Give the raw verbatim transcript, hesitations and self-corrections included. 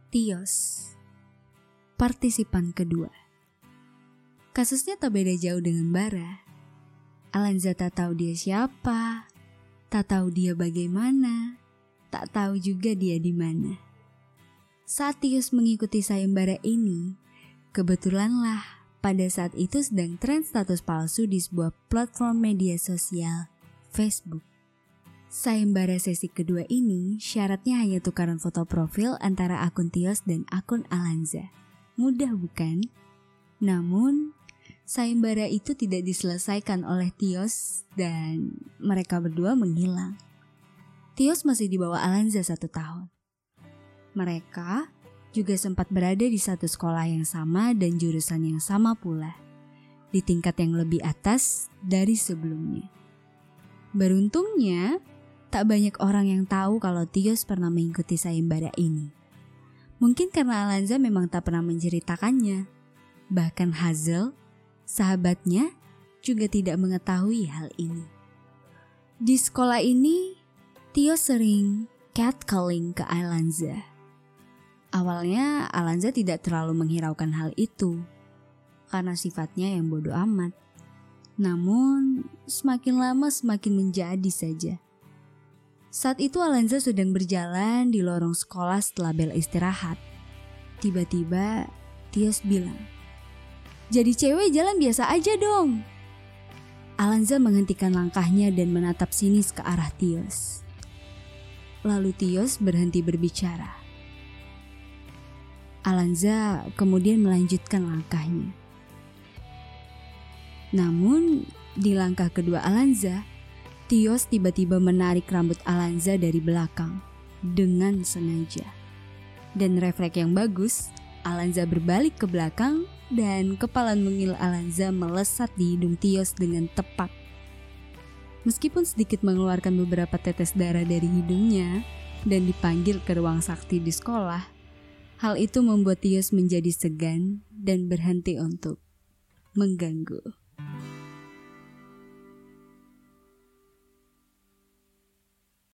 Tios, partisipan kedua. Kasusnya tak beda jauh dengan Bara. Alanza tak tahu dia siapa, tak tahu dia bagaimana, tak tahu juga dia di mana. Saat Tios mengikuti sayembara ini, kebetulanlah pada saat itu sedang tren status palsu di sebuah platform media sosial, Facebook. Sayembara sesi kedua ini syaratnya hanya tukaran foto profil antara akun Tios dan akun Alanza. Mudah bukan? Namun, sayembara itu tidak diselesaikan oleh Tios dan mereka berdua menghilang. Tios masih di bawah Alanza satu tahun. Mereka juga sempat berada di satu sekolah yang sama dan jurusan yang sama pula, di tingkat yang lebih atas dari sebelumnya. Beruntungnya, tak banyak orang yang tahu kalau Tios pernah mengikuti sayembara ini. Mungkin karena Alanza memang tak pernah menceritakannya. Bahkan Hazel, sahabatnya, juga tidak mengetahui hal ini. Di sekolah ini, Tios sering catcalling ke Alanza. Awalnya Alanza tidak terlalu menghiraukan hal itu, karena sifatnya yang bodoh amat. Namun, semakin lama semakin menjadi saja. Saat itu Alanza sedang berjalan di lorong sekolah setelah bel istirahat. Tiba-tiba Tios bilang, "Jadi cewek jalan biasa aja dong." Alanza menghentikan langkahnya dan menatap sinis ke arah Tios. Lalu Tios berhenti berbicara. Alanza kemudian melanjutkan langkahnya. Namun di langkah kedua Alanza, Tios tiba-tiba menarik rambut Alanza dari belakang dengan sengaja. Dan refleks yang bagus, Alanza berbalik ke belakang dan kepala mungil Alanza melesat di hidung Tios dengan tepat. Meskipun sedikit mengeluarkan beberapa tetes darah dari hidungnya dan dipanggil ke ruang sakti di sekolah, hal itu membuat Tios menjadi segan dan berhenti untuk mengganggu.